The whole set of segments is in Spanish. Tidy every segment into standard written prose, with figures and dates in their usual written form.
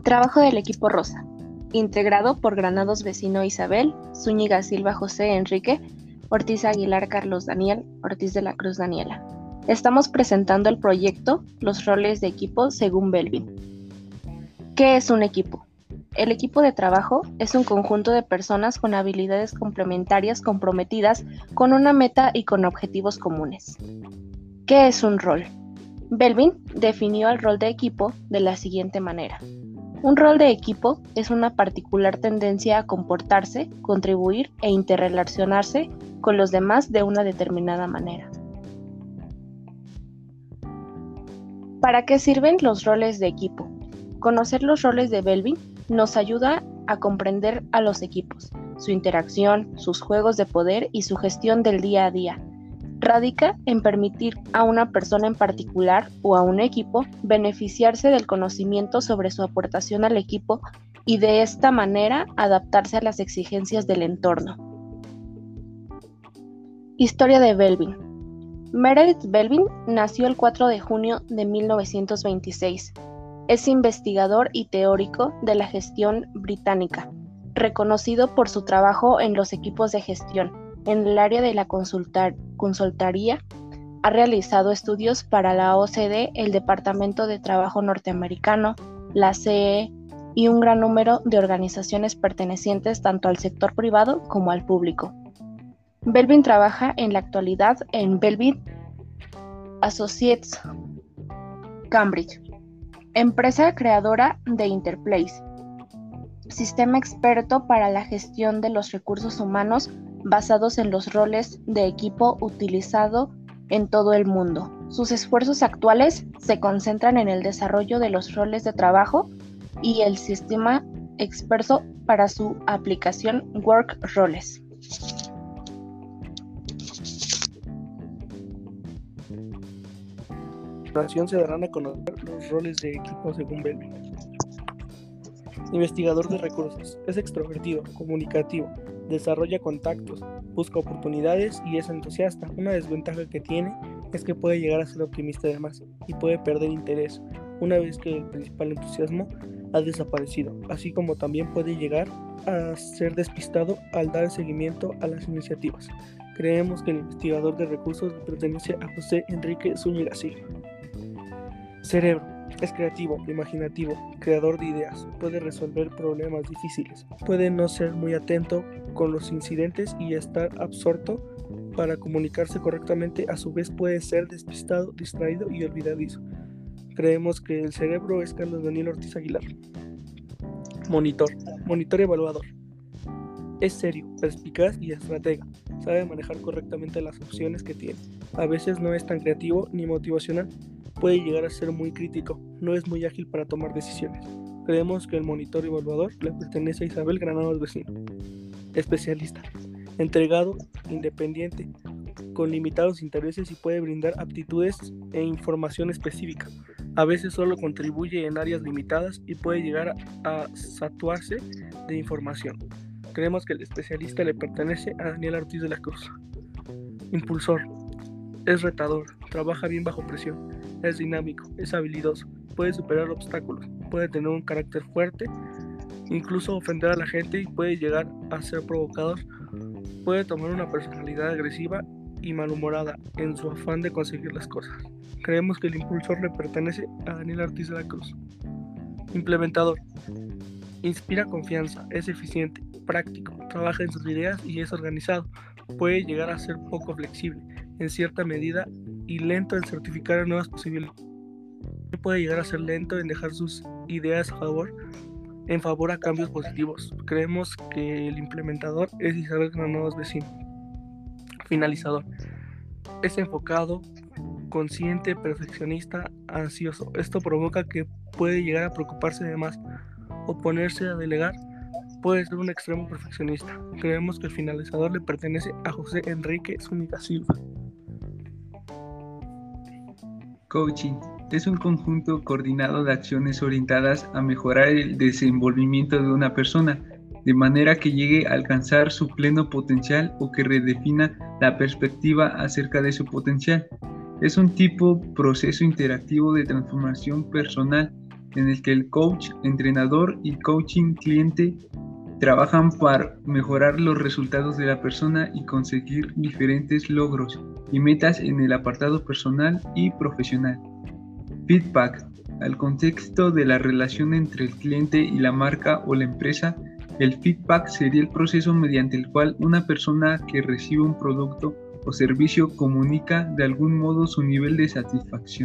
Trabajo del equipo rosa, integrado por Granados Vecino Isabel, Zúñiga Silva José Enrique, Ortiz Aguilar Carlos Daniel, Ortiz de la Cruz Daniela. Estamos presentando el proyecto Los roles de equipo según Belvin. ¿Qué es un equipo? El equipo de trabajo es un conjunto de personas con habilidades complementarias comprometidas con una meta y con objetivos comunes. ¿Qué es un rol? Belvin definió el rol de equipo de la siguiente manera. Un rol de equipo es una particular tendencia a comportarse, contribuir e interrelacionarse con los demás de una determinada manera. ¿Para qué sirven los roles de equipo? Conocer los roles de Belvin nos ayuda a comprender a los equipos, su interacción, sus juegos de poder y su gestión del día a día. Radica en permitir a una persona en particular o a un equipo beneficiarse del conocimiento sobre su aportación al equipo y de esta manera adaptarse a las exigencias del entorno. Historia de Belvin. Meredith Belvin nació el 4 de junio de 1926. Es investigador y teórico de la gestión británica, reconocido por su trabajo en los equipos de gestión. En el área de la consultoría, ha realizado estudios para la OCDE, el Departamento de Trabajo norteamericano, la CEE y un gran número de organizaciones pertenecientes tanto al sector privado como al público. Belvin trabaja en la actualidad en Belvin Associates, Cambridge, empresa creadora de Interplace, sistema experto para la gestión de los recursos humanos basados en los roles de equipo utilizado en todo el mundo. Sus esfuerzos actuales se concentran en el desarrollo de los roles de trabajo y el sistema experto para su aplicación Work Roles. A continuación se darán a conocer los roles de equipo según Belvin. Investigador de recursos. Es extrovertido, comunicativo, desarrolla contactos, busca oportunidades y es entusiasta. Una desventaja que tiene es que puede llegar a ser optimista además y puede perder interés una vez que el principal entusiasmo ha desaparecido, así como también puede llegar a ser despistado al dar seguimiento a las iniciativas. Creemos que el investigador de recursos pertenece a José Enrique Zúñiga Silva. Cerebro. Es creativo, imaginativo, creador de ideas, puede resolver problemas difíciles, puede no ser muy atento con los incidentes y estar absorto para comunicarse correctamente, a su vez puede ser despistado, distraído y olvidadizo. Creemos que el cerebro es Carlos Daniel Ortiz Aguilar. Monitor evaluador. Es serio, perspicaz y estratega, sabe manejar correctamente las opciones que tiene. A veces no es tan creativo ni motivacional. Puede llegar a ser muy crítico, no es muy ágil para tomar decisiones. Creemos que el monitor evaluador le pertenece a Isabel Granados Vecino. Especialista. Entregado, independiente, con limitados intereses y puede brindar aptitudes e información específica. A veces solo contribuye en áreas limitadas y puede llegar a saturarse de información. Creemos que el especialista le pertenece a Daniel Ortiz de la Cruz. Impulsor. Es retador, trabaja bien bajo presión, es dinámico, es habilidoso, puede superar obstáculos, puede tener un carácter fuerte, incluso ofender a la gente y puede llegar a ser provocador, puede tomar una personalidad agresiva y malhumorada en su afán de conseguir las cosas. Creemos que el impulsor le pertenece a Daniel Ortiz de la Cruz. Implementador. Inspira confianza, es eficiente, práctico, trabaja en sus ideas y es organizado. Puede llegar a ser poco flexible, en cierta medida, y lento en certificar nuevas posibilidades. Puede llegar a ser lento en dejar sus ideas en favor a cambios positivos. Creemos que el implementador es Isabel Granados Vecino. Finalizador. Es enfocado, consciente, perfeccionista, ansioso. Esto provoca que puede llegar a preocuparse de más o ponerse a delegar. Puede ser un extremo perfeccionista. Creemos que el finalizador le pertenece a José Enrique Zúñiga Silva. Coaching es un conjunto coordinado de acciones orientadas a mejorar el desenvolvimiento de una persona, de manera que llegue a alcanzar su pleno potencial o que redefina la perspectiva acerca de su potencial. Es un proceso interactivo de transformación personal en el que el coach, entrenador y coaching cliente trabajan para mejorar los resultados de la persona y conseguir diferentes logros y metas en el apartado personal y profesional. Feedback. Al contexto de la relación entre el cliente y la marca o la empresa, el feedback sería el proceso mediante el cual una persona que recibe un producto o servicio comunica de algún modo su nivel de satisfacción.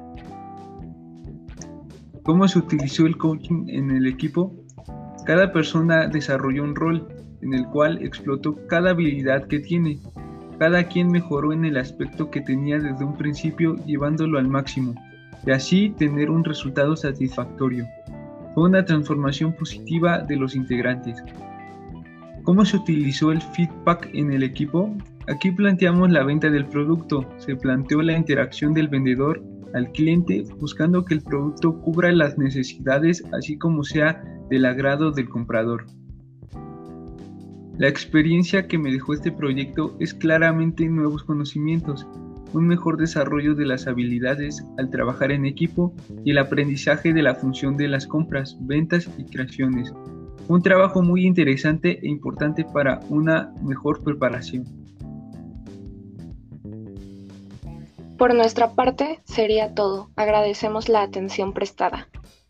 ¿Cómo se utilizó el coaching en el equipo? Cada persona desarrolló un rol en el cual explotó cada habilidad que tiene. Cada quien mejoró en el aspecto que tenía desde un principio, llevándolo al máximo, y así tener un resultado satisfactorio. Fue una transformación positiva de los integrantes. ¿Cómo se utilizó el feedback en el equipo? Aquí planteamos la venta del producto. Se planteó la interacción del vendedor al cliente, buscando que el producto cubra las necesidades, así como sea del agrado del comprador. La experiencia que me dejó este proyecto es claramente nuevos conocimientos, un mejor desarrollo de las habilidades al trabajar en equipo y el aprendizaje de la función de las compras, ventas y creaciones. Un trabajo muy interesante e importante para una mejor preparación. Por nuestra parte sería todo. Agradecemos la atención prestada.